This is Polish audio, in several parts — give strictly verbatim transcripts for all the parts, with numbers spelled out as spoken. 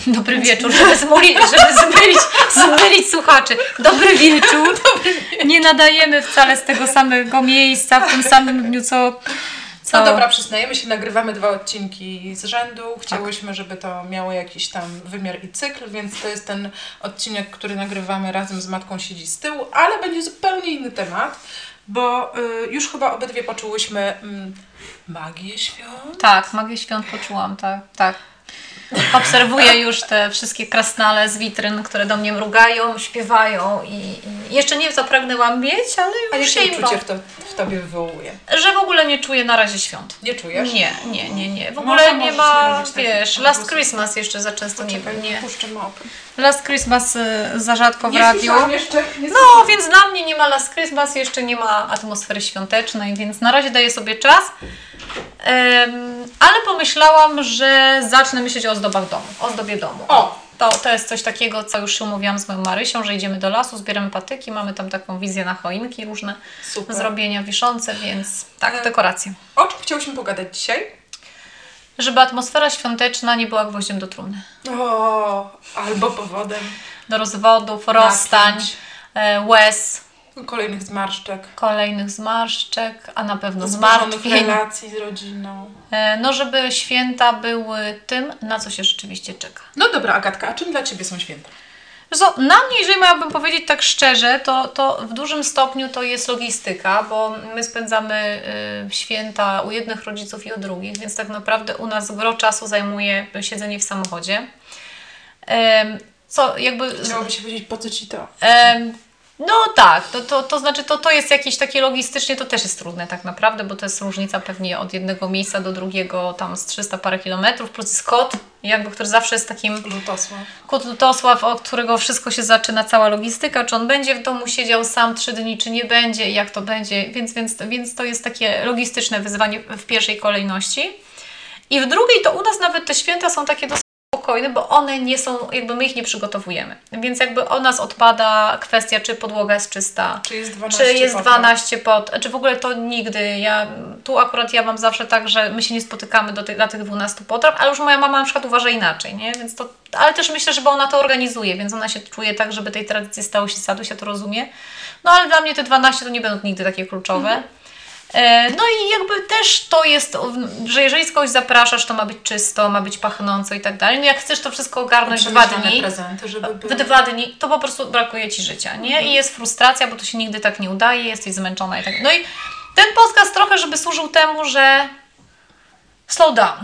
Dobry wieczór, żeby zmylić, żeby zmylić, zmylić słuchaczy. Dobry wieczór. Nie nadajemy wcale z tego samego miejsca w tym samym dniu, co... co... No dobra, przyznajemy się, nagrywamy dwa odcinki z rzędu. Chciałyśmy, tak. żeby to miało jakiś tam wymiar i cykl, więc to jest ten odcinek, który nagrywamy razem z Matką siedzi z tyłu, ale będzie zupełnie inny temat, bo y, już chyba obydwie poczułyśmy mm, magię świąt. Tak, magię świąt poczułam, tak, tak. Obserwuję już te wszystkie krasnale z witryn, które do mnie mrugają, śpiewają i, i jeszcze nie zapragnęłam mieć, ale już A jakie się im uczucie w, to, w Tobie wywołuje? Że w ogóle nie czuję na razie świąt. Nie czujesz? Nie, nie, nie, nie. W ogóle nie ma, wiesz, Last Christmas jeszcze za często nie Poczekaj, nie. puszczę małpy. Last Christmas y, za rzadko w Nie radiu. słyszałam jeszcze. Nie No, więc dla mnie nie ma Last Christmas, jeszcze nie ma atmosfery świątecznej, więc na razie daję sobie czas. Um, ale pomyślałam, że zacznę myśleć o ozdobach domu, o ozdobie domu. O! To, to jest coś takiego, co już się umówiłam z moją Marysią, że idziemy do lasu, zbieramy patyki, mamy tam taką wizję na choinki różne, Super. zrobienia wiszące, więc tak, E, dekoracje. O czym chciałyśmy pogadać dzisiaj? Żeby atmosfera świąteczna nie była gwoździem do trumny. O, albo powodem Do rozwodów, rozstań, napięć, e, łez, kolejnych zmarszczek, kolejnych zmarszczek, a na pewno zburzonych zmartwień. relacji z rodziną. E, No, żeby święta były tym, na co się rzeczywiście czeka. No dobra, Agatka, a czym dla Ciebie są święta? So, na mnie, jeżeli miałabym powiedzieć tak szczerze, to, to w dużym stopniu to jest logistyka, bo my spędzamy y, święta u jednych rodziców i u drugich, więc tak naprawdę u nas gro czasu zajmuje siedzenie w samochodzie. Ym, co jakby... Chciałoby się powiedzieć, po co Ci to? Ym, no tak, to, to, to znaczy to, to jest jakieś takie logistycznie, to też jest trudne tak naprawdę, bo to jest różnica pewnie od jednego miejsca do drugiego, tam z trzysta parę kilometrów, plus jest kot, jakby, który zawsze jest takim... Lutosław. Kot Lutosław, od którego wszystko się zaczyna, cała logistyka, czy on będzie w domu siedział sam trzy dni, czy nie będzie, jak to będzie, więc, więc, więc to jest takie logistyczne wyzwanie w pierwszej kolejności. I w drugiej to u nas nawet te święta są takie dosyć spokojne, bo one nie są, jakby my ich nie przygotowujemy. Więc jakby o nas odpada kwestia, czy podłoga jest czysta, Czy jest dwanaście czy jest pot? dwanaście pot, czy w ogóle to nigdy. Ja, tu akurat ja mam zawsze tak, że my się nie spotykamy do tych, dla tych dwunastu potraw, ale już moja mama na przykład uważa inaczej, nie? Więc to, ale też myślę, że bo ona to organizuje, więc ona się czuje tak, żeby tej tradycji stało się status, ja to rozumie. No ale dla mnie te dwanaście to nie będą nigdy takie kluczowe. Mhm. No i jakby też to jest, że jeżeli kogoś zapraszasz, to ma być czysto, ma być pachnąco i tak dalej. No jak chcesz to wszystko ogarnąć w dwa dni, prezenty, żeby były... w dwa dni, to po prostu brakuje Ci życia, nie? Mhm. I jest frustracja, bo to się nigdy tak nie udaje, jesteś zmęczona i tak. No i ten podcast trochę, żeby służył temu, że slow down.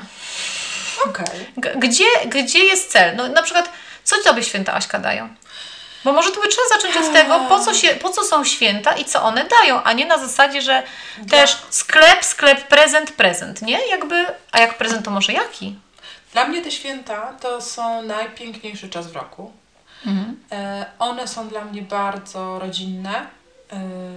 Okej. G- gdzie, gdzie jest cel? No na przykład, co Tobie święta, Aśka, dają? Bo może tu by trzeba zacząć od tego, po co, się, po co są święta i co one dają, a nie na zasadzie, że też sklep, sklep, prezent, prezent, nie? Jakby, a jak prezent, to może jaki? Dla mnie te święta to są najpiękniejszy czas w roku. Mhm. E, one są dla mnie bardzo rodzinne e,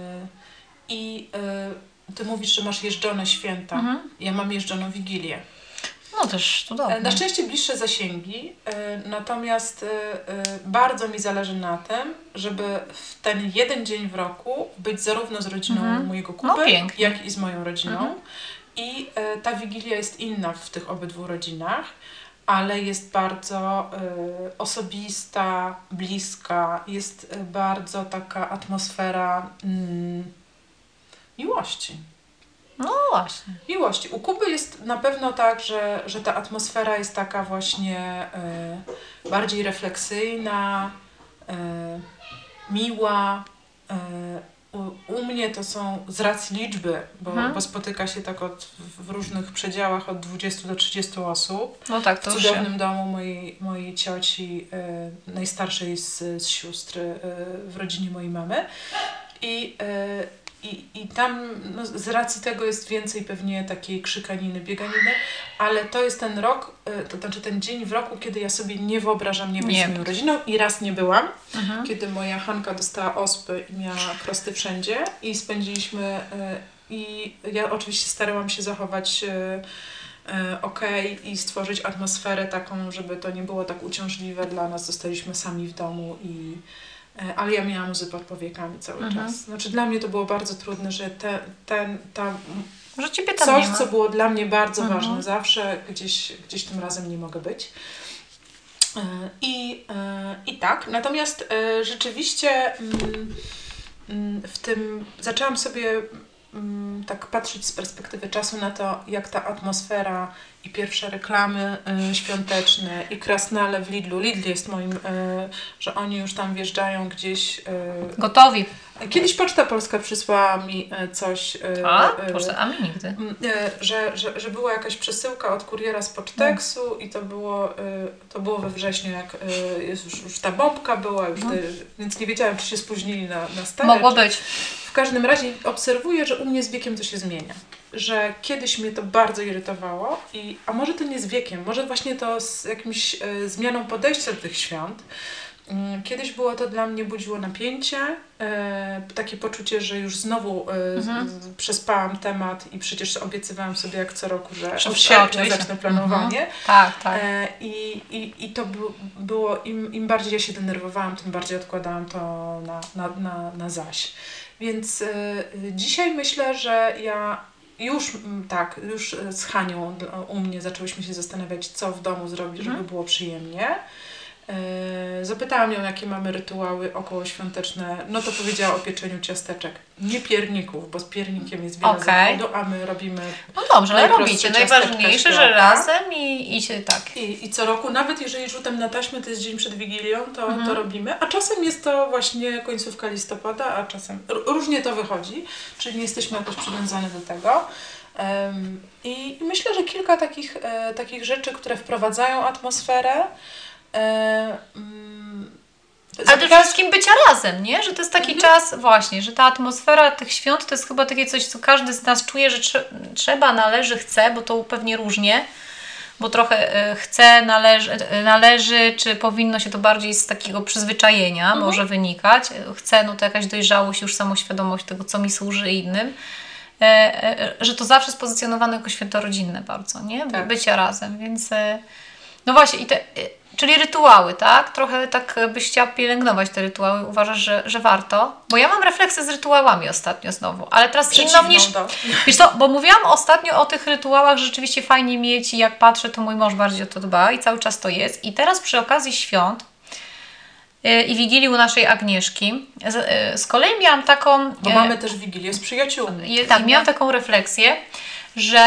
i e, Ty mówisz, że masz jeżdżone święta. Mhm. Ja mam jeżdżoną Wigilię. No też cudownie. Na szczęście bliższe zasięgi, natomiast bardzo mi zależy na tym, żeby w ten jeden dzień w roku być zarówno z rodziną mhm. mojego Kuby, no, jak i z moją rodziną. Mhm. I ta Wigilia jest inna w tych obydwu rodzinach, ale jest bardzo y, osobista, bliska, jest bardzo taka atmosfera mm, miłości. No właśnie. Miłości. U Kuby jest na pewno tak, że, że ta atmosfera jest taka właśnie y, bardziej refleksyjna, y, miła. Y, u, u mnie to są z racji liczby, bo, mhm. bo spotyka się tak od, w różnych przedziałach od dwudziestu do trzydziestu osób. No tak, to w już cudownym się... domu mojej, mojej cioci, y, najstarszej z, z sióstr y, w rodzinie mojej mamy. I y, I, I tam no, z racji tego jest więcej pewnie takiej krzykaniny, bieganiny, ale to jest ten rok, to znaczy ten dzień w roku, kiedy ja sobie nie wyobrażam nie być z moją rodziną i raz nie byłam, mhm. kiedy moja Hanka dostała ospy i miała krosty wszędzie i spędziliśmy i ja oczywiście starałam się zachować okej okay, i stworzyć atmosferę taką, żeby to nie było tak uciążliwe dla nas, zostaliśmy sami w domu i ale ja miałam łzy pod powiekami cały mhm. czas. Znaczy dla mnie to było bardzo trudne, że te, ten, ta, że ciebie tam coś, nie ma. co było dla mnie bardzo mhm. ważne zawsze, gdzieś, gdzieś tym razem nie mogę być. I, i tak, natomiast rzeczywiście w tym zaczęłam sobie tak patrzeć z perspektywy czasu na to, jak ta atmosfera i pierwsze reklamy y, świąteczne i krasnale w Lidlu. Lidl jest moim, y, że oni już tam wjeżdżają gdzieś. Y, Gotowi. Kiedyś Poczta Polska przysłała mi coś. Y, A? y, Proszę, a mi nigdy. y, że, że, że była jakaś przesyłka od kuriera z Poczteksu no. i to było, y, to było we wrześniu, jak y, już, już ta bombka była, już no. te, więc nie wiedziałam, czy się spóźnili na, na stare. Mogło czy... być. W każdym razie obserwuję, że u mnie z wiekiem to się zmienia. Że kiedyś mnie to bardzo irytowało, i, a może to nie z wiekiem, może właśnie to z jakimś y, zmianą podejścia do tych świąt. Y, kiedyś było to dla mnie, budziło napięcie, y, takie poczucie, że już znowu y, mhm. z, przespałam temat i przecież obiecywałam sobie jak co roku, że w sierpniu zacznę planowanie. Mhm. Tak, tak. Y, i, i, I to by, było, im, im bardziej ja się denerwowałam, tym bardziej odkładałam to na, na, na, na zaś. Więc y, dzisiaj myślę, że ja już tak, już z Hanią u mnie zaczęłyśmy się zastanawiać, co w domu zrobić, żeby mhm. było przyjemnie. Yy, zapytałam ją, jakie mamy rytuały okołoświąteczne. No to powiedziała o pieczeniu ciasteczek. Nie pierników, bo z piernikiem jest wiele okay. zachodu, a my robimy. No dobrze, ale robicie. Najważniejsze, że razem i, i się tak. I, I co roku, nawet jeżeli rzutem na taśmę to jest dzień przed Wigilią, to, mhm. to robimy. A czasem jest to właśnie końcówka listopada, a czasem różnie to wychodzi, czyli nie jesteśmy jakoś przywiązane do tego. Um, i, I myślę, że kilka takich, e, takich rzeczy, które wprowadzają atmosferę. E, um, Ale przede wszystkim bycia razem, nie? Że to jest taki mhm. czas właśnie, że ta atmosfera tych świąt to jest chyba takie coś, co każdy z nas czuje, że trze- trzeba, należy, chce, bo to pewnie różnie, bo trochę e, chce, należy, należy, czy powinno się to bardziej z takiego przyzwyczajenia mhm. może wynikać. Chce, no to jakaś dojrzałość, już samoświadomość tego, co mi służy innym. E, e, że to zawsze jest pozycjonowane jako święto rodzinne bardzo, nie? Tak. Bycia razem, więc e, no właśnie, i te, e, czyli rytuały, tak? Trochę tak byś chciała pielęgnować te rytuały, uważasz, że, że warto? Bo ja mam refleksję z rytuałami ostatnio znowu, ale teraz inną niż... To. Wiesz co, bo mówiłam ostatnio o tych rytuałach, że rzeczywiście fajnie mieć i jak patrzę, to mój mąż bardziej o to dba i cały czas to jest. I teraz przy okazji świąt i Wigilii u naszej Agnieszki. Z, z kolei miałam taką... Bo e, mamy też Wigilię z przyjaciółmi. Je, tak, miałam taką refleksję, że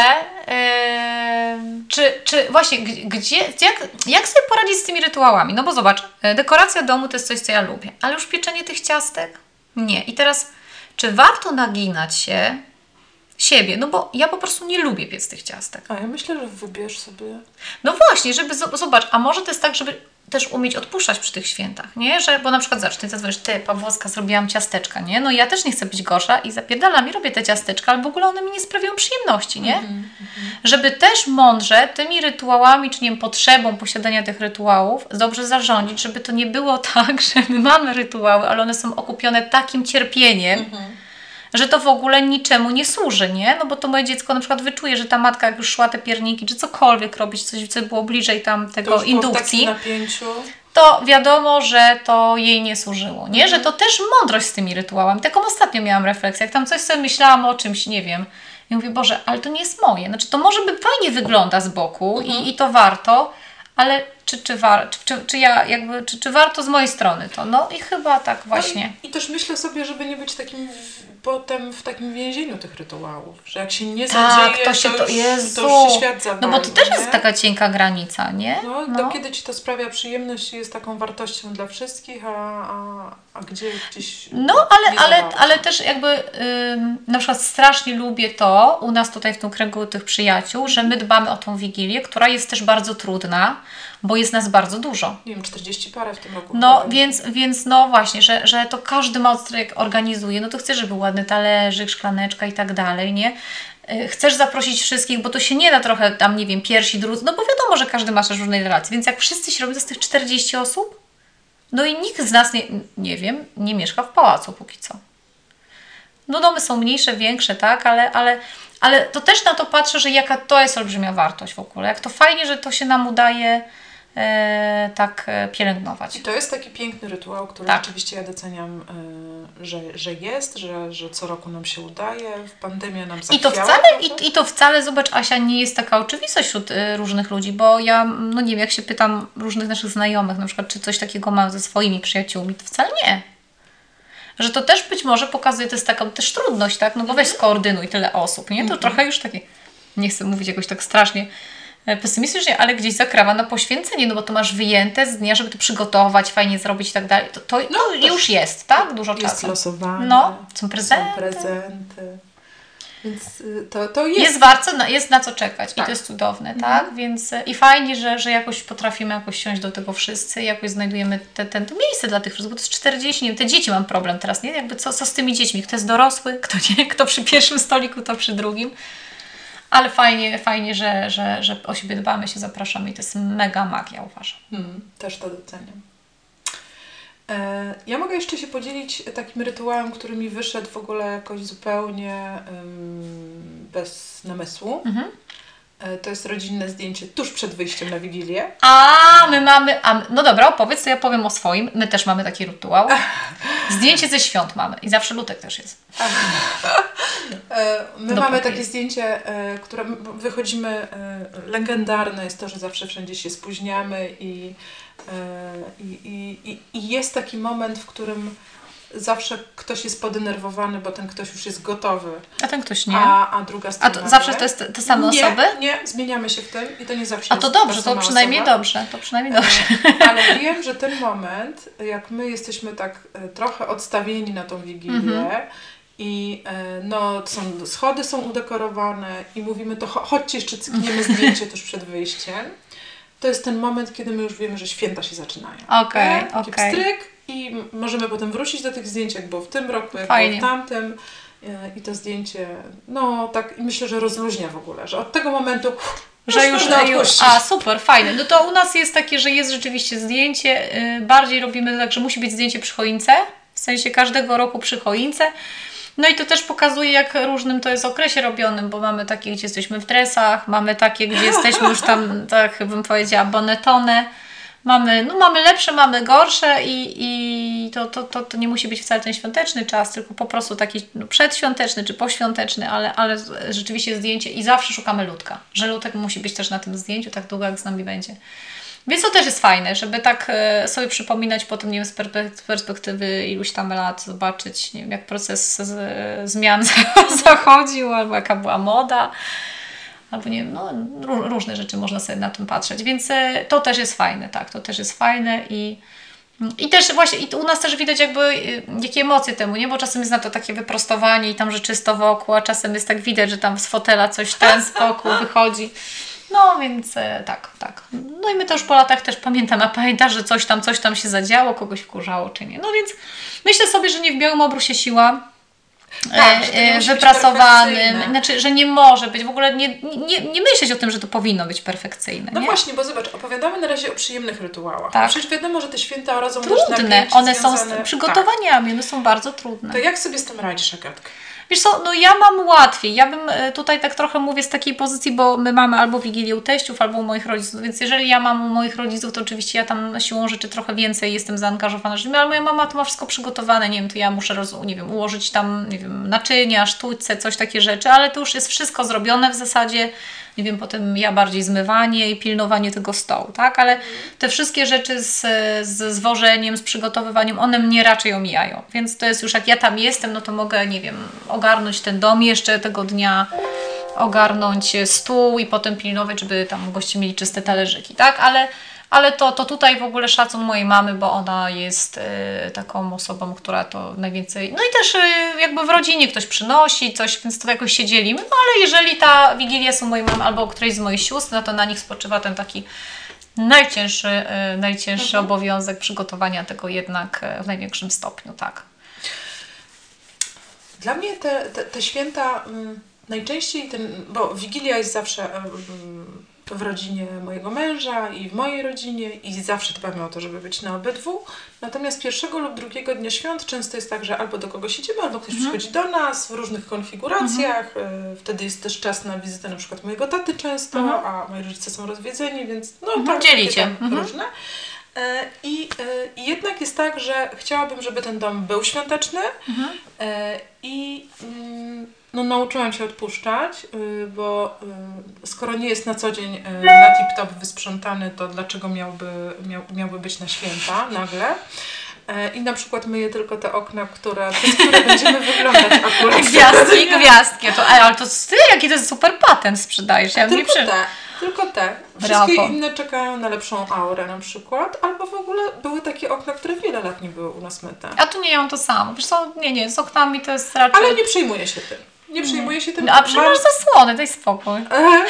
e, czy, czy właśnie gdzie, jak, jak sobie poradzić z tymi rytuałami? No bo zobacz, dekoracja domu to jest coś, co ja lubię, ale już pieczenie tych ciastek? Nie. I teraz, czy warto naginać się siebie? No bo ja po prostu nie lubię piec tych ciastek. A ja myślę, że wybierz sobie... No właśnie, żeby, zobacz, a może to jest tak, żeby też umieć odpuszczać przy tych świętach, nie? Że, bo na przykład zobacz, ty zadzwonisz, ty Pawłowska, zrobiłam ciasteczka, nie? No ja też nie chcę być gorsza i zapierdalam i robię te ciasteczka, ale w ogóle one mi nie sprawiają przyjemności, nie? Mm-hmm. Żeby też mądrze tymi rytuałami, czy nie wiem, potrzebą posiadania tych rytuałów dobrze zarządzić, żeby to nie było tak, że my mamy rytuały, ale one są okupione takim cierpieniem, mm-hmm. że to w ogóle niczemu nie służy, nie? No bo to moje dziecko na przykład wyczuje, że ta matka jak już szła te pierniki, czy cokolwiek robić, coś, co było bliżej tam tego indukcji, było w takim napięciu. To wiadomo, że to jej nie służyło, nie? Mhm. Że to też mądrość z tymi rytuałami. Taką ostatnio miałam refleksję, jak tam coś sobie myślałam o czymś, nie wiem, i mówię, Boże, ale to nie jest moje. Znaczy to może by fajnie wygląda z boku mhm. i, i to warto, ale czy, czy, war, czy, czy, czy ja jakby, czy, czy warto z mojej strony to? No i chyba tak właśnie. No i, i też myślę sobie, żeby nie być takim w, potem w takim więzieniu tych rytuałów, że jak się nie tak, zadzieje, to, się to, to, już, to już się świat zawali. No bo to też nie? jest taka cienka granica, nie? No, no. Do kiedy Ci to sprawia przyjemność i jest taką wartością dla wszystkich, a, a, a gdzie gdzieś... No, ale, ale, ale też jakby ym, na przykład strasznie lubię to u nas tutaj w tym kręgu tych przyjaciół, że my dbamy o tą Wigilię, która jest też bardzo trudna, bo jest nas bardzo dużo. Nie wiem, czterdzieści parę w tym roku. No, więc, więc no właśnie, że, że to każdy mocno jak organizuje, no to chce, żeby był ładny talerzyk, szklaneczka i tak dalej, nie? Chcesz zaprosić wszystkich, bo to się nie da trochę tam, nie wiem, pierwsi, drudzy, no bo wiadomo, że każdy ma też różne relacje, więc jak wszyscy się robią, to z tych czterdziestu osób, no i nikt z nas, nie, nie wiem, nie mieszka w pałacu póki co. No domy są mniejsze, większe, tak, ale, ale, ale to też na to patrzę, że jaka to jest olbrzymia wartość w ogóle, jak to fajnie, że to się nam udaje e, tak e, pielęgnować. I to jest taki piękny rytuał, który Tak. rzeczywiście ja doceniam, y, że, że jest, że, że co roku nam się udaje, w pandemia nam I to zachwiała. wcale, i, i to wcale, zobacz, Asia, nie jest taka oczywistość wśród y, różnych ludzi, bo ja, no nie wiem, jak się pytam różnych naszych znajomych, na przykład, czy coś takiego mam ze swoimi przyjaciółmi, to wcale nie. Że to też być może pokazuje, to jest taka też trudność, tak? No bo weź skoordynuj tyle osób, nie? To Mhm. trochę już takie, nie chcę mówić jakoś tak strasznie e, pesymistycznie, ale gdzieś zakrawa na poświęcenie, no bo to masz wyjęte z dnia, żeby to przygotować, fajnie zrobić i tak dalej. To, to, No, to już jest, tak? Dużo Jest czasu. losowane, No, są prezenty. są prezenty. Więc y, to, to jest... Jest warto, na, jest na co czekać i Tak. to jest cudowne, tak? Więc e, i fajnie, że, że jakoś potrafimy jakoś siąść do tego wszyscy, jakoś znajdujemy te, ten, to miejsce dla tych wszystkich, bo to jest czterdzieści, nie wiem, te dzieci mam problem teraz, nie? Jakby co, co z tymi dziećmi? Kto jest dorosły, kto nie, kto przy pierwszym stoliku, to przy drugim. Ale fajnie, fajnie, że, że, że o siebie dbamy, się zapraszamy i to jest mega magia, uważam. Hmm, też to doceniam. E, ja mogę jeszcze się podzielić takim rytuałem, który mi wyszedł w ogóle jakoś zupełnie ym, bez namysłu. Mhm. E, to jest rodzinne zdjęcie tuż przed wyjściem na Wigilię. A my mamy, a my, no dobra, opowiedz, to ja powiem o swoim. My też mamy taki rytuał. Zdjęcie ze świąt mamy i zawsze lutek też jest. E, my Dopóki mamy takie jest. zdjęcie, e, które m- wychodzimy, e, legendarne jest to, że zawsze wszędzie się spóźniamy i, e, i, i, i, i jest taki moment, w którym zawsze ktoś jest podenerwowany, bo ten ktoś już jest gotowy, A ten ktoś nie. a, a druga A strona to zawsze nie. to jest te, te same nie, osoby? Nie, zmieniamy się w tym i to nie zawsze A to jest dobrze, ta to sama przynajmniej osoba. dobrze. To przynajmniej dobrze. E, Ale wiem, że ten moment, jak my jesteśmy tak e, trochę odstawieni na tą Wigilię Mhm. i e, no, są, schody są udekorowane i mówimy to cho- chodźcie jeszcze cykniemy zdjęcie tuż przed wyjściem, to jest ten moment, kiedy my już wiemy, że święta się zaczynają. Okej, Nie? Taki okej. pstryk i m- możemy potem wrócić do tych zdjęć, jak było w tym roku, jak Fajnie. było w tamtym. E, I to zdjęcie, no tak, i myślę, że rozluźnia w ogóle, że od tego momentu Że już, można już odpuścić. a super, fajne. No to u nas jest takie, że jest rzeczywiście zdjęcie, yy, bardziej robimy tak, że musi być zdjęcie przy choince, w sensie każdego roku przy choince. No i to też pokazuje, jak różnym to jest okresie robionym, bo mamy takie, gdzie jesteśmy w dresach, mamy takie, gdzie jesteśmy już tam, tak bym powiedziała, bonetone. Mamy, no mamy lepsze, mamy gorsze i, i to, to, to, to nie musi być wcale ten świąteczny czas, tylko po prostu taki no, przedświąteczny czy poświąteczny, ale, ale z- rzeczywiście zdjęcie i zawsze szukamy ludka, że ludek musi być też na tym zdjęciu tak długo, jak z nami będzie. Więc to też jest fajne, żeby tak e, sobie przypominać potem, nie wiem, z perpe- z perspektywy iluś tam lat, zobaczyć, nie wiem, jak proces z, zmian zachodził, albo jaka była moda. Albo nie wiem, no, ró- różne rzeczy można sobie na tym patrzeć, więc e, to też jest fajne, tak, to też jest fajne i, i też właśnie i u nas też widać jakby e, jakie emocje temu, nie, bo czasem jest na to takie wyprostowanie i tam, że czysto wokół, a czasem jest tak widać, że tam z fotela coś ten z boku wychodzi, no więc e, tak, tak, no i my to już po latach też pamiętamy, a pamiętasz, że coś tam, coś tam się zadziało, kogoś wkurzało czy nie, no więc myślę sobie, że nie w białym obrusie siła, Tak, że to nie e, musi być wypracowanym, perfekcyjne. znaczy, że nie może być, w ogóle nie, nie, nie myśleć o tym, że to powinno być perfekcyjne, No nie? właśnie, bo zobacz, opowiadamy na razie o przyjemnych rytuałach. Tak. A przecież wiadomo, że te święta rodzą też Trudne, napięcie one są związane... z przygotowaniami, one są bardzo trudne. Tak. To jak sobie z tym radzisz, Agatka? Wiesz co, no ja mam łatwiej, ja bym e, tutaj tak trochę mówię z takiej pozycji, bo my mamy albo Wigilię u teściów, albo u moich rodziców, więc jeżeli ja mam u moich rodziców, to oczywiście ja tam siłą rzeczy trochę więcej jestem zaangażowana, że ale moja mama to ma wszystko przygotowane, nie wiem, to ja muszę, roz, nie wiem, ułożyć tam, nie wiem, naczynia, sztućce, coś takie rzeczy, ale to już jest wszystko zrobione w zasadzie, nie wiem, potem ja bardziej zmywanie i pilnowanie tego stołu, tak, ale te wszystkie rzeczy z, z zwożeniem, z przygotowywaniem, one mnie raczej omijają, więc to jest już, jak ja tam jestem, no to mogę, nie wiem, ogarnąć ten dom jeszcze tego dnia, ogarnąć stół i potem pilnować, żeby tam goście mieli czyste talerzyki, tak, ale ale to, to tutaj w ogóle szacun mojej mamy, bo ona jest y, taką osobą, która to najwięcej... No i też y, jakby w rodzinie ktoś przynosi coś, więc to jakoś się dzielimy. No ale jeżeli ta Wigilia są mojej mamy albo którejś z moich sióstr, no to na nich spoczywa ten taki najcięższy, y, najcięższy Mhm. obowiązek przygotowania tego jednak y, w największym stopniu, tak. Dla mnie te, te, te święta mm, najczęściej ten, bo Wigilia jest zawsze mm, w rodzinie mojego męża i w mojej rodzinie i zawsze dbamy o to, żeby być na obydwu. Natomiast pierwszego lub drugiego dnia świąt często jest tak, że albo do kogoś idziemy, albo ktoś mhm. przychodzi do nas w różnych konfiguracjach. Mhm. Wtedy jest też czas na wizytę na przykład mojego taty często, mhm. a moi rodzice są rozwiedzeni, więc no mhm. tak, dzielicie. Tam mhm. różne. I, I jednak jest tak, że chciałabym, żeby ten dom był świąteczny mhm. i no, nauczyłam się odpuszczać, bo skoro nie jest na co dzień na tip-top wysprzątany, to dlaczego miałby, miał, miałby być na święta nagle? I na przykład myję tylko te okna, które, przez które będziemy wyglądać akurat. Gwiazdki, gwiazdki. To, ale to ty, jaki to jest super patent sprzedajesz. Ja tylko nie te, tylko te. Wszystkie Brawo. Inne czekają na lepszą aurę na przykład. Albo w ogóle były takie okna, które wiele lat nie były u nas myte. A tu nie mam to samo. Wiesz co, nie, nie, z oknami to jest raczej... Ale nie przejmuję się tym. Nie przejmuję się tym. No, a przecież masz zasłony, daj spokój.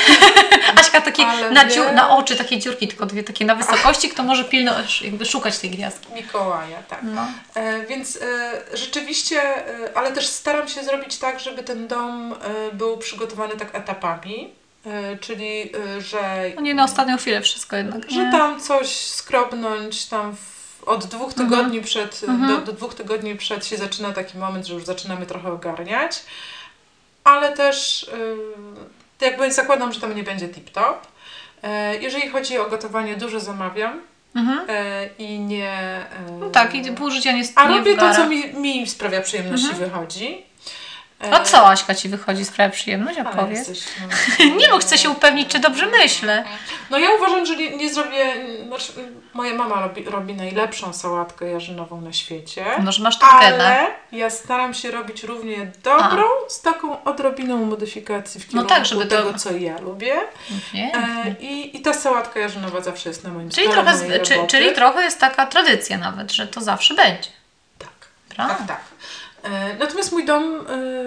Aśka takie na, dziu- na oczy, takie dziurki, tylko dwie takie na wysokości, kto może pilno jakby szukać tej gwiazdki. Mikołaja, tak. No. E, więc e, rzeczywiście, e, ale też staram się zrobić tak, żeby ten dom e, był przygotowany tak etapami. E, czyli, e, że... No nie na ostatnią chwilę wszystko jednak. Że nie? tam coś skrobnąć, tam w, od dwóch tygodni mhm. przed, mhm. do, do dwóch tygodni przed się zaczyna taki moment, że już zaczynamy trochę ogarniać. Ale też yy, jakby zakładam, że tam nie będzie tip-top. Yy, jeżeli chodzi o gotowanie, dużo zamawiam mhm. yy, i nie... Yy, no tak, i pół życia nie A nie robię wgara. to, co mi, mi sprawia przyjemność mhm. i wychodzi. A co, Aśka, ci wychodzi, sprawia przyjemność? Opowiedz. Jesteś, no, nie, bo chcę się upewnić, czy dobrze myślę. No ja uważam, że nie, nie zrobię... Znaczy, moja mama robi, robi najlepszą sałatkę jarzynową na świecie. Może masz to ale gena. Ja staram się robić równie dobrą, A. z taką odrobiną modyfikacji w kierunku no tak, żeby tego, to... co ja lubię. E, i, I ta sałatka jarzynowa zawsze jest na moim czyli stole, trochę, czy, Czyli trochę jest taka tradycja nawet, że to zawsze będzie. Tak, Prawda? tak, tak. Natomiast mój dom,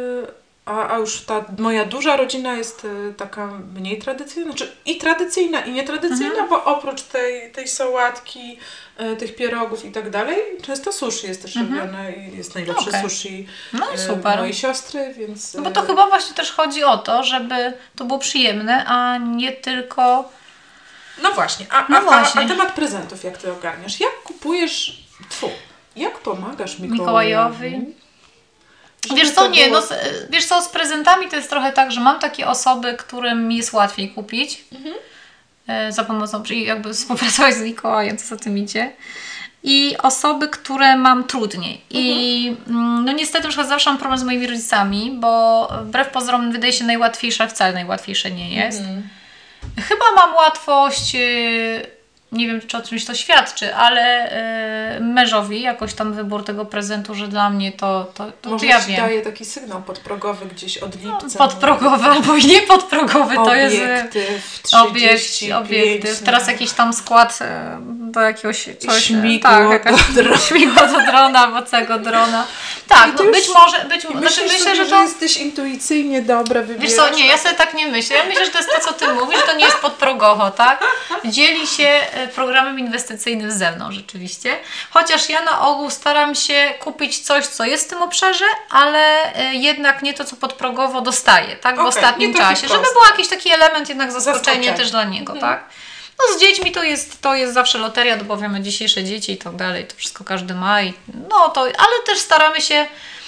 a, a już ta moja duża rodzina jest taka mniej tradycyjna, znaczy i tradycyjna, i nietradycyjna, mhm. bo oprócz tej, tej sałatki, tych pierogów i tak dalej, często sushi jest też mhm. robione i jest najlepsze okay. sushi no i super. mojej siostry, więc... No bo to chyba właśnie też chodzi o to, żeby to było przyjemne, a nie tylko... No właśnie, a, no a, właśnie. a, a temat prezentów, jak ty ogarniasz? Jak kupujesz... Tfu, jak pomagasz Mikołajowi? Mikołajowi? Wiesz co, nie, no, wiesz co, z prezentami to jest trochę tak, że mam takie osoby, którym mi jest łatwiej kupić mhm. e, za pomocą, czyli jakby współpracować z Mikołajem, co za tym idzie. I osoby, które mam trudniej. Mhm. I no niestety na przykład zawsze mam problem z moimi rodzicami, bo wbrew pozorom wydaje się najłatwiejsze, wcale najłatwiejsze nie jest. Mhm. Chyba mam łatwość... Nie wiem, czy o czymś to świadczy, ale yy, mężowi jakoś tam wybór tego prezentu, że dla mnie to, to, to, Może to ja wiem. daje taki sygnał podprogowy gdzieś od lipca. No, podprogowy albo i nie podprogowy, to jest obiektyw, obiektyw, obiektyw. Teraz jakiś tam skład do jakiegoś coś, śmigło tak, jakaś, do drona. Śmigło do drona, albo całego drona. Tak, no być może, być może. Myślę, myślę, sobie, że, że to... jesteś intuicyjnie dobra, wybierasz. Wiesz co, nie, ja sobie tak nie myślę. Ja myślę, że to jest to, co ty mówisz, to nie jest podprogowo, tak? Dzieli się programem inwestycyjnym ze mną rzeczywiście. Chociaż ja na ogół staram się kupić coś, co jest w tym obszarze, ale jednak nie to, co podprogowo dostaję, tak? W okay, ostatnim czasie. Żeby był jakiś taki element jednak zaskoczenia Zaskoczenie. też dla niego, mhm. tak? No z dziećmi to jest, to jest zawsze loteria, bo wiemy, dzisiejsze dzieci i tak dalej, to wszystko każdy ma i no to, ale też staramy się,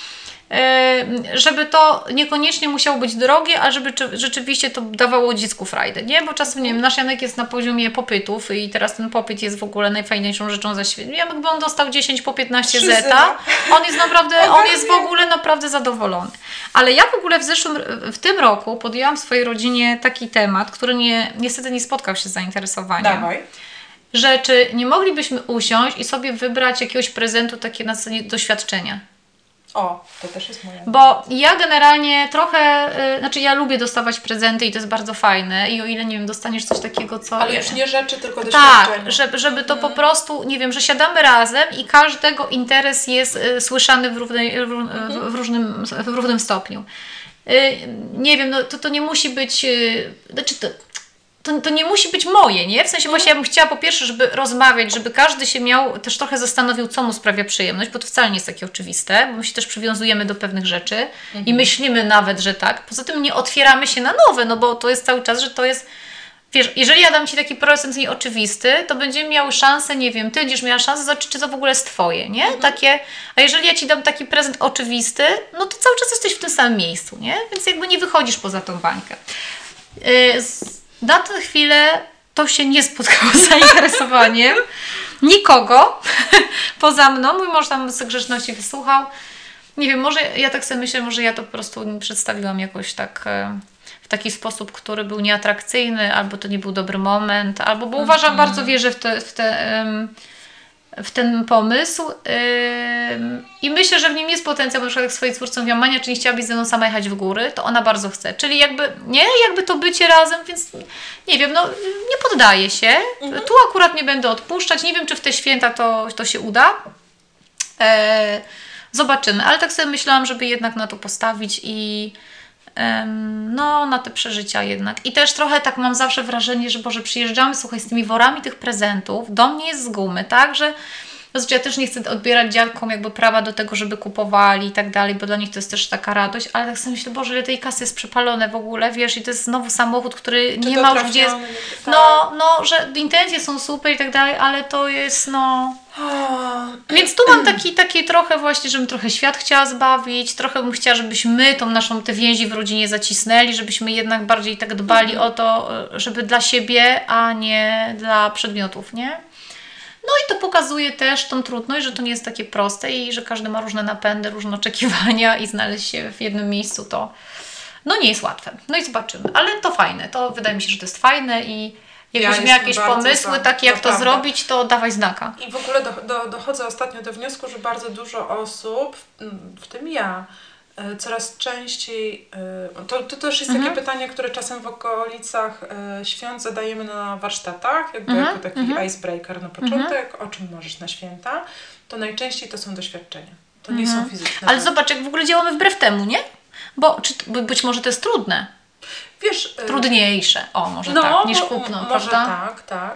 żeby to niekoniecznie musiało być drogie, a żeby rzeczywiście to dawało dziecku frajdę, nie? Bo czasem, nie wiem, nasz Janek jest na poziomie popytów i teraz ten popyt jest w ogóle najfajniejszą rzeczą za świat. Jakby on dostał dziesięć po piętnaście zeta, on jest naprawdę, on jest w ogóle naprawdę zadowolony. Ale ja w ogóle w zeszłym, w tym roku podjęłam w swojej rodzinie taki temat, który nie, niestety nie spotkał się z zainteresowaniem. Dawaj. Że czy nie moglibyśmy usiąść i sobie wybrać jakiegoś prezentu takie na zasadzie doświadczenia. O, to też jest moja. Bo ja generalnie trochę, yy, znaczy ja lubię dostawać prezenty i to jest bardzo fajne i o ile, nie wiem, dostaniesz coś takiego, co... Ale już nie rzeczy, tylko doświadczenia. Tak, żeby, żeby to hmm. po prostu, nie wiem, że siadamy razem i każdego interes jest y, słyszany w, równej, w, hmm. w, różnym, w równym stopniu. Y, nie wiem, no to, to nie musi być... Y, znaczy to, To, to nie musi być moje, nie? W sensie właśnie ja bym chciała po pierwsze, żeby rozmawiać, żeby każdy się miał, też trochę zastanowił, co mu sprawia przyjemność, bo to wcale nie jest takie oczywiste, bo my się też przywiązujemy do pewnych rzeczy mhm. i myślimy nawet, że tak. Poza tym nie otwieramy się na nowe, no bo to jest cały czas, że to jest wiesz, jeżeli ja dam Ci taki prezent nieoczywisty, to będziemy miały szansę, nie wiem, Ty będziesz miała szansę zobaczyć, czy to w ogóle jest Twoje, nie? Mhm. Takie, a jeżeli ja Ci dam taki prezent oczywisty, no to cały czas jesteś w tym samym miejscu, nie? Więc jakby nie wychodzisz poza tą bańkę. Yy, z- na tę chwilę to się nie spotkało z zainteresowaniem nikogo poza mną. Mój mąż tam z grzeczności wysłuchał. Nie wiem, może ja tak sobie myślę, może ja to po prostu nie przedstawiłam jakoś tak e, w taki sposób, który był nieatrakcyjny, albo to nie był dobry moment, albo bo uważam, bardzo wierzę w, te, w, te, em, w ten pomysł em, i myślę, że w nim jest potencjał, bo na przykład jak swojej córce mówiłam, Mania, czy nie chciałabyś ze mną sama jechać w góry, to ona bardzo chce. Czyli jakby, nie, jakby to bycie razem, więc nie wiem, no nie poddaję się. Mhm. Tu akurat nie będę odpuszczać, nie wiem, czy w te święta to, to się uda. E, Zobaczymy, ale tak sobie myślałam, żeby jednak na to postawić i em, no, na te przeżycia jednak. I też trochę tak mam zawsze wrażenie, że Boże, przyjeżdżamy, słuchaj, z tymi worami tych prezentów, dom nie jest z gumy, tak, że znaczy, ja też nie chcę odbierać dziadkom jakby prawa do tego, żeby kupowali i tak dalej, bo dla nich to jest też taka radość, ale tak sobie myślę, Boże, ile tej kasy jest przepalone w ogóle, wiesz, i to jest znowu samochód, który Czy nie to ma już gdzie jest. trafiony, tak. No, no, że intencje są super i tak dalej, ale to jest, no... O, Więc tu mam taki, taki trochę właśnie, żebym trochę świat chciała zbawić, trochę bym chciała, żebyśmy tą naszą te więzi w rodzinie zacisnęli, żebyśmy jednak bardziej tak dbali o to, żeby dla siebie, a nie dla przedmiotów, nie? No i to pokazuje też tą trudność, że to nie jest takie proste i że każdy ma różne napędy, różne oczekiwania i znaleźć się w jednym miejscu to no nie jest łatwe. No i zobaczymy, ale to fajne, to wydaje mi się, że to jest fajne i jak Ja byś miała jestem jakieś bardzo pomysły za, takie, jak to naprawdę. zrobić, to dawaj znaka. I w ogóle do, do, dochodzę ostatnio do wniosku, że bardzo dużo osób, w- w tym ja, e, coraz częściej, e, to, to też jest Mhm. takie pytanie, które czasem w okolicach e, świąt zadajemy na warsztatach, jakby Mhm, jako taki mhm. icebreaker na początek, o czym marzysz na święta, to najczęściej to są doświadczenia. To nie Mhm. są fizyczne Ale rzeczy. zobacz, jak w ogóle działamy wbrew temu, nie? Bo czy, by- być może to jest trudne, Wiesz, e, trudniejsze, o może no, tak, niż mo- kupno, może prawda? tak, tak.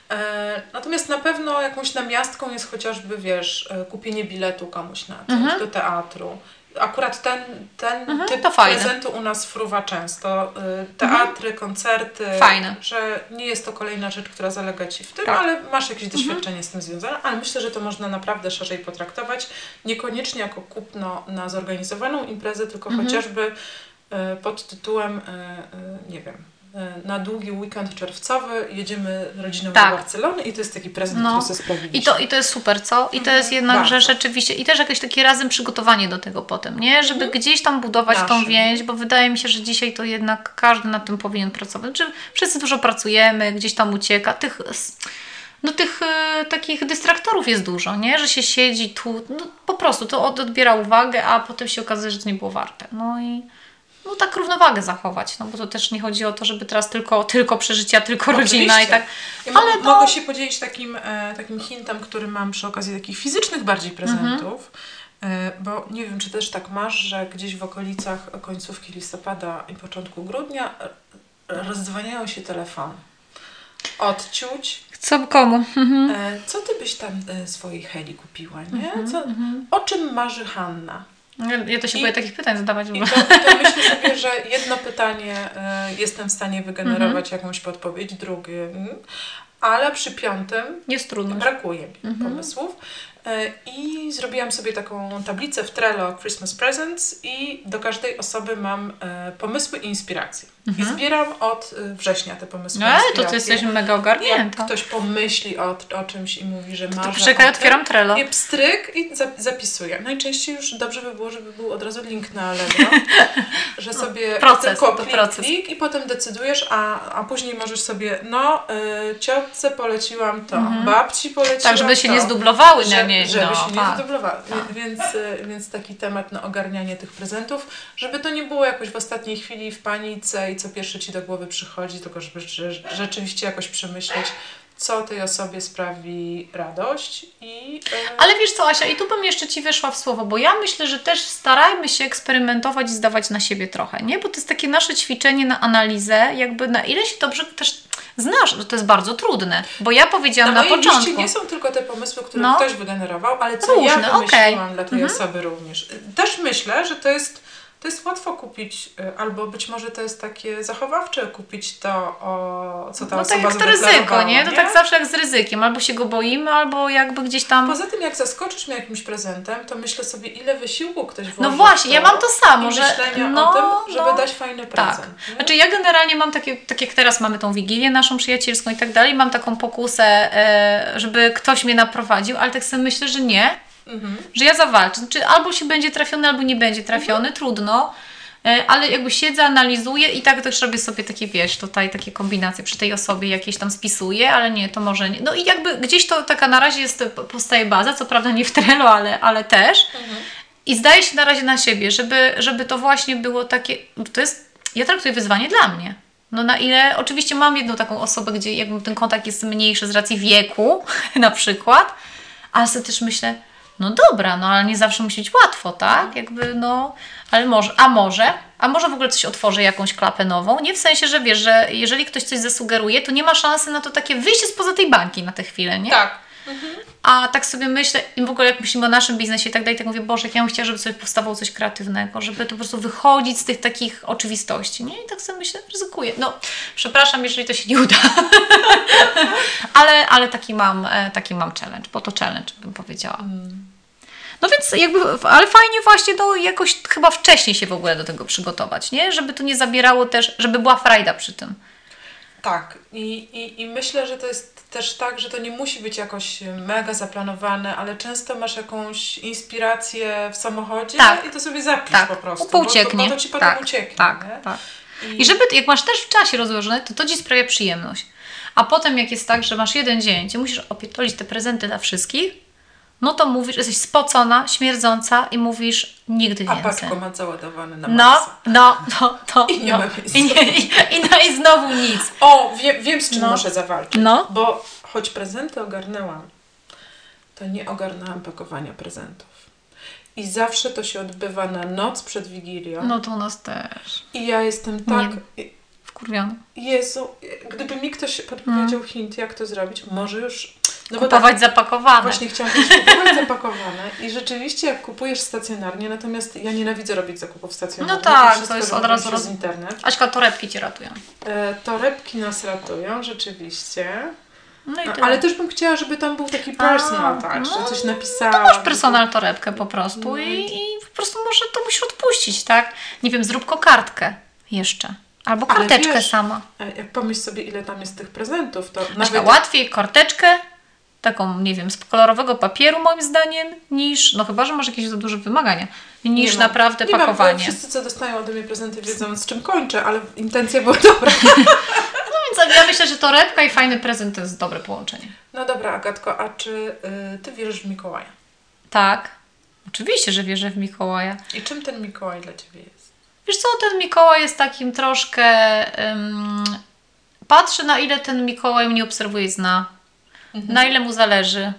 E, natomiast na pewno jakąś namiastką jest chociażby, wiesz, e, kupienie biletu komuś na coś, Mhm. do teatru. Akurat ten, ten Mhm, typ to fajne. prezentu u nas fruwa często. E, teatry, koncerty. Fajne. Że nie jest to kolejna rzecz, która zalega Ci w tym, Tak. ale masz jakieś doświadczenie z tym związane. Ale myślę, że to można naprawdę szerzej potraktować. Niekoniecznie jako kupno na zorganizowaną imprezę, tylko Mhm. chociażby e, pod tytułem, e, e, nie wiem, e, na długi weekend czerwcowy jedziemy rodziną Tak. do Barcelony i to jest taki prezent, No. który sobie sprawiliśmy. I to, I to jest super, co? I to jest jednak, Bardzo. że rzeczywiście, i też jakieś takie razem przygotowanie do tego potem, nie? Żeby Mhm. gdzieś tam budować tą Nasze. więź, bo wydaje mi się, że dzisiaj to jednak każdy nad tym powinien pracować. Znaczy, wszyscy dużo pracujemy, gdzieś tam ucieka. Tych, no tych e, takich dystraktorów jest dużo, nie? Że się siedzi tu, no po prostu to od, odbiera uwagę, a potem się okazuje, że to nie było warte. No i no tak równowagę zachować, no bo to też nie chodzi o to, żeby teraz tylko, tylko przeżycia, tylko rodzina i Oczywiście. tak. Ja mo- ale to- Mogę się podzielić takim, e, takim hintem, który mam przy okazji takich fizycznych bardziej prezentów, e, bo nie wiem, czy też tak masz, że gdzieś w okolicach końcówki listopada i początku grudnia e, rozdzwaniają się telefony. Odciuć, Co komu? Mhm. e, co ty byś tam e, swojej Heli kupiła, nie? Mhm, Co, mhm. o czym marzy Hanna? Ja, ja to się I- boję takich pytań zadawać. I Bo... to, to myślę sobie, że jedno pytanie e, jestem w stanie wygenerować Mhm. jakąś podpowiedź, drugie, mm, ale przy piątym Jest trudno. brakuje mi Mhm. pomysłów. E, I zrobiłam sobie taką tablicę w Trello Christmas Presents i do każdej osoby mam e, pomysły i inspiracje. I zbieram od e, września te pomysły i Mhm. No ale to inspiracje. ty jesteś mega Jak ogarnięta. ktoś pomyśli o, o czymś i mówi, że To marzy poczekaj, o tym, otwieram Trello. i pstryk i za, zapisuję. Najczęściej już dobrze by było, żeby był od razu link na Allegro, że sobie proces, tylko to klik, proces. klik i potem decydujesz, a, a później możesz sobie, no y, ciotce poleciłam to, Mhm. babci poleciłam Tak, żeby się to. nie zdublowały na Że, nie. żeby no, się nie tak. zdublowały. tak. Więc, y, więc taki temat na ogarnianie tych prezentów, żeby to nie było jakoś w ostatniej chwili w panice i co pierwsze Ci do głowy przychodzi, tylko żeby że, rzeczywiście jakoś przemyśleć, co tej osobie sprawi radość i... y, Ale wiesz co, Asia, i tu bym jeszcze Ci weszła w słowo, bo ja myślę, że też starajmy się eksperymentować i zdawać na siebie trochę, nie? Bo to jest takie nasze ćwiczenie na analizę, jakby na ile się dobrze też znasz, że to jest bardzo trudne, bo ja powiedziałam na na mojej początku. liście nie są tylko te pomysły, które No. ktoś wygenerował, ale co Różne, ja wymyśliłam okej. dla tej Mhm. osoby również. Też myślę, że to jest To jest łatwo kupić, y, albo być może to jest takie zachowawcze kupić to, o, co ta No osoba tak jak to ryzyko, zadeklarowała, nie? To tak zawsze jak z ryzykiem. Albo się go boimy, albo jakby gdzieś tam... Poza tym, jak zaskoczysz mnie jakimś prezentem, to myślę sobie, ile wysiłku ktoś włożył No właśnie, w ja mam to samo, i że... myślenia no, o tym, żeby no, dać fajny tak. prezent. Nie? Znaczy ja generalnie mam takie, tak jak teraz mamy tą wigilię naszą przyjacielską i tak dalej, mam taką pokusę, e, żeby ktoś mnie naprowadził, ale tak sobie myślę, że nie, Mhm. że ja zawalczę. Znaczy albo się będzie trafiony, albo nie będzie trafiony, trudno. E, Ale jakby siedzę, analizuję i tak też robię sobie takie, wiesz, tutaj takie kombinacje przy tej osobie jakieś tam spisuję, ale nie, to może nie. No i jakby gdzieś to taka na razie jest, powstaje baza, co prawda nie w Trello, ale, ale też. Mhm. I zdaje się na razie na siebie, żeby, żeby to właśnie było takie, to jest, ja traktuję wyzwanie dla mnie. No na ile, oczywiście mam jedną taką osobę, gdzie jakby ten kontakt jest mniejszy z racji wieku na przykład, ale sobie też myślę, no dobra, no ale nie zawsze musi być łatwo, tak? Jakby no, ale może, a może, a może w ogóle coś otworzy, jakąś klapę nową, nie w sensie, że wiesz, że jeżeli ktoś coś zasugeruje, to nie ma szansy na to takie wyjście spoza tej bańki na tę chwilę, nie? Tak. A tak sobie myślę, i w ogóle jak myślimy o naszym biznesie i tak dalej, tak mówię, Boże, jak ja bym chciała, żeby sobie powstawało coś kreatywnego, żeby to po prostu wychodzić z tych takich oczywistości, nie? I tak sobie myślę, ryzykuję. No, przepraszam, jeżeli to się nie uda, ale, ale taki mam, e, taki mam challenge, bo to challenge, bym powiedziała. No więc jakby, ale fajnie właśnie no jakoś chyba wcześniej się w ogóle do tego przygotować, nie? Żeby to nie zabierało też, żeby była frajda przy tym. Tak. I, i, I myślę, że to jest też tak, że to nie musi być jakoś mega zaplanowane, ale często masz jakąś inspirację w samochodzie Tak. i to sobie zapisz Tak, po prostu. bo Bo, ucieknie. bo to ci potem tak, ucieknie. tak, nie? tak. I, I żeby, jak masz też w czasie rozłożone, to to Ci sprawia przyjemność. A potem jak jest tak, że masz jeden dzień, gdzie musisz opierdolić te prezenty dla wszystkich, no to mówisz, jesteś spocona, śmierdząca i mówisz nigdy a więcej. paczko ma załadowane na No, maksa. no, no, to, I nie no. ma miejsca. I, nie, i, i, no i znowu nic. O, wiem, wiem z czym No. muszę zawalczyć. No. Bo choć prezenty ogarnęłam, to nie ogarnęłam pakowania prezentów. I zawsze to się odbywa na noc przed Wigilią. No to u nas też. I ja jestem tak... Wkurwiona. Jezu, gdyby mi ktoś podpowiedział hint, jak to zrobić, może już... No bo Kupować tak, zapakowane. właśnie chciałam też kupować zapakowane i rzeczywiście jak kupujesz stacjonarnie, natomiast ja nienawidzę robić zakupów stacjonarnych. No tak, wszystko to jest robię od razu przez roz- internet. Aśka, torebki Cię ratują. E, torebki nas ratują, rzeczywiście. No i No, tyle. ale też bym chciała, żeby tam był taki personal, A, tak, no, że coś napisała. To masz personal torebkę po prostu No. i, i po prostu może to musisz odpuścić, tak? Nie wiem, zrób kokardkę jeszcze. Albo Ale karteczkę wiesz, sama. E, Jak pomyśl sobie, ile tam jest tych prezentów, to Masz nawet... łatwiej karteczkę, taką, nie wiem, z kolorowego papieru moim zdaniem, niż, no chyba, że masz jakieś za duże wymagania, niż Nie mam- naprawdę nie mam, bo pakowanie. wszyscy, co dostają ode mnie prezenty, wiedzą, z czym kończę, ale intencja była dobra. No więc ja myślę, że torebka i fajny prezent to jest dobre połączenie. No dobra, Agatko, a czy y, Ty wierzysz w Mikołaja? Tak, oczywiście, że wierzę w Mikołaja. I czym ten Mikołaj dla Ciebie jest? Wiesz co, ten Mikołaj jest takim troszkę... Um, patrzę na ile ten Mikołaj mnie obserwuje i zna. Mhm. Na ile mu zależy.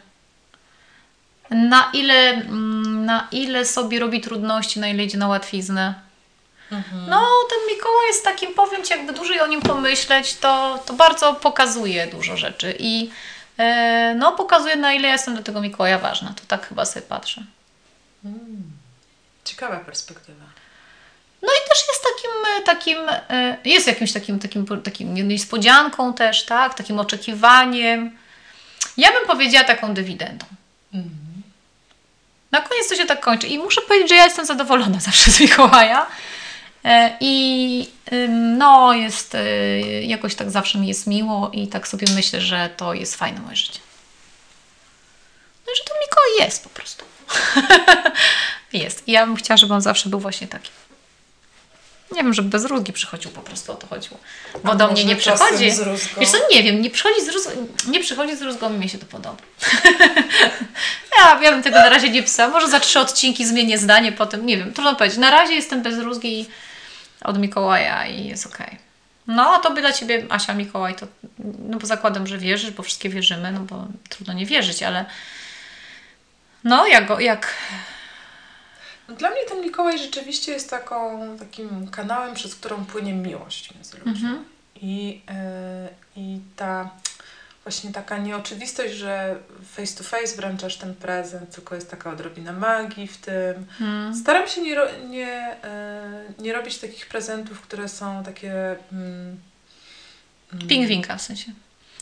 Na ile, mm, na ile sobie robi trudności, na ile idzie na łatwiznę. Mhm. No, ten Mikołaj jest takim, powiem Ci, jakby dłużej o nim pomyśleć, to, to bardzo pokazuje dużo rzeczy. I e, no, pokazuje na ile ja jestem do tego Mikołaja ważna. To tak chyba sobie patrzę. Mm. Ciekawa perspektywa. No i też jest takim, e, takim e, jest jakimś takim, takim, takim niespodzianką też, tak? Takim oczekiwaniem. Ja bym powiedziała taką dywidendą. Mhm. Na koniec to się tak kończy. I muszę powiedzieć, że ja jestem zadowolona zawsze z Mikołaja. E, I ym, no, jest y, jakoś tak zawsze mi jest miło i tak sobie myślę, że to jest fajne moje życie. No i że to Mikołaj jest po prostu. Jest. I ja bym chciała, żeby on zawsze był właśnie taki. Nie wiem, żeby bez rózgi przychodził, po prostu o to chodziło. Bo A do mnie może nie czasem przychodzi. z rózgą? Wiesz co, nie wiem, nie przychodzi z rózgą, nie przychodzi z rózgą i mnie się to podoba. ja, ja bym tego na razie nie pisała. Może za trzy odcinki zmienię zdanie, potem nie wiem, trudno powiedzieć. Na razie jestem bez rózgi od Mikołaja i jest okej. No, a to by dla Ciebie, Asia, Mikołaj, to no bo zakładam, że wierzysz, bo wszystkie wierzymy, no bo trudno nie wierzyć, ale no, jak go, jak... No, dla mnie ten Mikołaj rzeczywiście jest taką, takim kanałem, przez którą płynie miłość między ludźmi. Mhm. I, y, I ta właśnie taka nieoczywistość, że face to face wręczasz ten prezent, tylko jest taka odrobina magii w tym. Hmm. Staram się nie, ro- nie, e, nie robić takich prezentów, które są takie... Mm, mm, Pingwinka w sensie.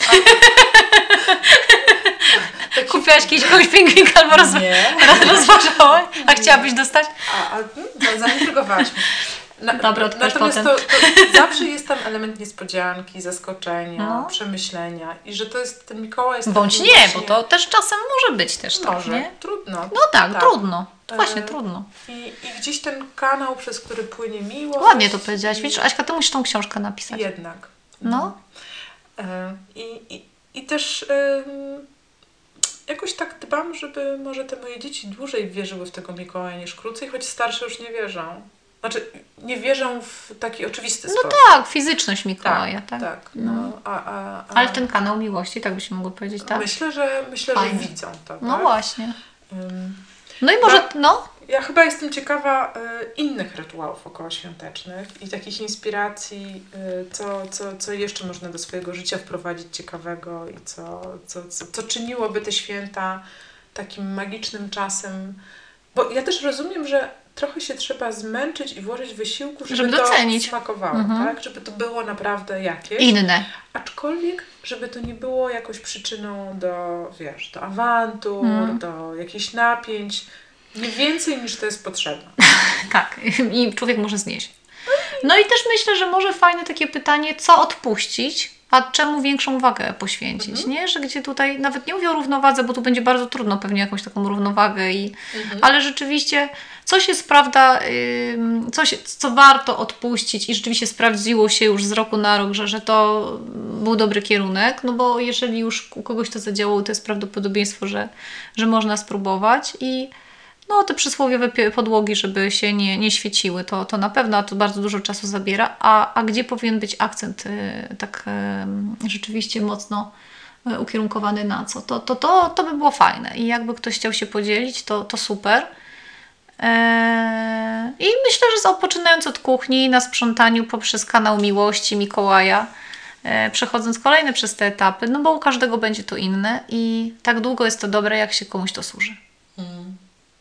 taki- Kupiłaś kiedyś kogoś pingwinka albo roz... Nie. rozważałaś? A chciałabyś dostać? A, a no, zaintrygowałaś mnie. Na, Dobra, odpowiedz natomiast potem. to, to zawsze jest tam element niespodzianki, zaskoczenia, No. przemyślenia i że to jest ten Mikołaj jest Bądź taki nie, właśnie- bo to też czasem może być też tak, może, nie? trudno. No tak, Tak. trudno. Właśnie, E, trudno. I, I gdzieś ten kanał, przez który płynie miłość. Ładnie to powiedziałaś. i- Widzisz, Aśka, ty musisz tą książkę napisać. Jednak. No. E, I, i, i też ym, jakoś tak dbam, żeby może te moje dzieci dłużej wierzyły w tego Mikołaja niż krócej, choć starsze już nie wierzą. Znaczy, nie wierzą w taki oczywisty No sposób. tak, fizyczność Mikołaja, tak. tak. No. No, a, a, a, Ale ten kanał miłości, tak byśmy mogły powiedzieć, tak? Myślę, że, myślę, że Fajnie. widzą to. No tak? właśnie. Ym, No i może, Tak. no, Ja chyba jestem ciekawa y, innych rytuałów okołoświątecznych i takich inspiracji, y, co, co, co jeszcze można do swojego życia wprowadzić ciekawego i co, co, co, co czyniłoby te święta takim magicznym czasem. Bo ja też rozumiem, że trochę się trzeba zmęczyć i włożyć wysiłku, żeby, Żeby to docenić. smakowało, Mhm. tak? Żeby to było naprawdę jakieś. inne. Aczkolwiek, żeby to nie było jakoś przyczyną do, wiesz, do awantur, Mhm. do jakichś napięć. Nie więcej niż to jest potrzebne. Tak, i człowiek może znieść. No i też myślę, że może fajne takie pytanie, co odpuścić, a czemu większą uwagę poświęcić, Mhm. nie? Że gdzie tutaj, nawet nie mówię o równowadze, bo tu będzie bardzo trudno pewnie jakąś taką równowagę, i, Mhm. ale rzeczywiście coś jest, prawda, ym, coś, co warto odpuścić i rzeczywiście sprawdziło się już z roku na rok, że, że to był dobry kierunek, no bo jeżeli już u kogoś to zadziałało, to jest prawdopodobieństwo, że, że można spróbować i no te przysłowiowe pie- podłogi, żeby się nie, nie świeciły, to, to na pewno, a to bardzo dużo czasu zabiera. A, a gdzie powinien być akcent y, tak y, rzeczywiście mocno y, ukierunkowany na co? To, to, to, to by było fajne. I jakby ktoś chciał się podzielić, to, to super. Eee, I myślę, że z- poczynając od kuchni, na sprzątaniu poprzez kanał miłości Mikołaja, e, przechodząc kolejne przez te etapy, no bo u każdego będzie to inne i tak długo jest to dobre, jak się komuś to służy. Mm.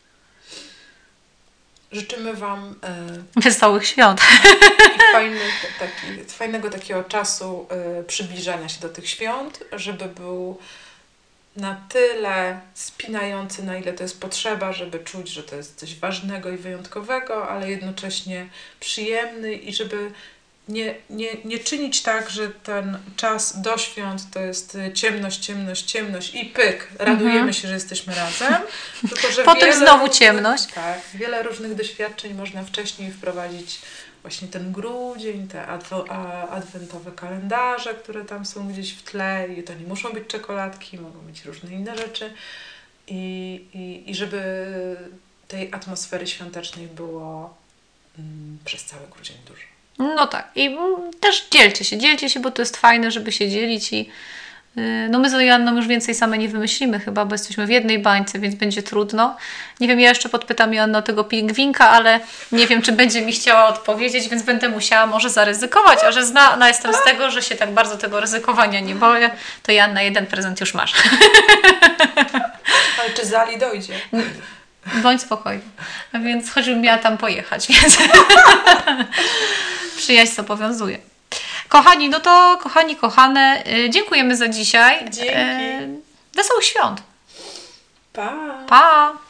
Życzymy Wam Wesołych świąt. e, fajnych, taki, fajnego takiego czasu e, przybliżania się do tych świąt, żeby był na tyle spinający, na ile to jest potrzeba, żeby czuć, że to jest coś ważnego i wyjątkowego, ale jednocześnie przyjemny i żeby nie, nie, nie czynić tak, że ten czas do świąt to jest ciemność, ciemność, ciemność i pyk, radujemy Mhm. się, że jesteśmy razem. Tylko, że Potem wiele znowu różnych- ciemność. Tak, wiele różnych doświadczeń można wcześniej wprowadzić. Właśnie ten grudzień, te adwo, a, adwentowe kalendarze, które tam są gdzieś w tle i to nie muszą być czekoladki, mogą być różne inne rzeczy. I, i, i żeby tej atmosfery świątecznej było mm, przez cały grudzień dużo. No tak. I mm, też dzielcie się, dzielcie się, bo to jest fajne, żeby się dzielić i yy, no my z Joanną już więcej same nie wymyślimy chyba, bo jesteśmy w jednej bańce, więc będzie trudno. Nie wiem, ja jeszcze podpytam Joannę o tego pingwinka, ale nie wiem, czy będzie mi chciała odpowiedzieć, więc będę musiała może zaryzykować, a że znana jestem z tego, że się tak bardzo tego ryzykowania nie boję, to Joanna, jeden prezent już masz. Ale czy Zali dojdzie? Bądź spokojna. A więc choćbym miała tam pojechać, więc przyjaźń zobowiązuje. Kochani, no to kochani, kochane, yy, dziękujemy za dzisiaj. Dzięki. Yy, wesołych świąt. Pa! Pa!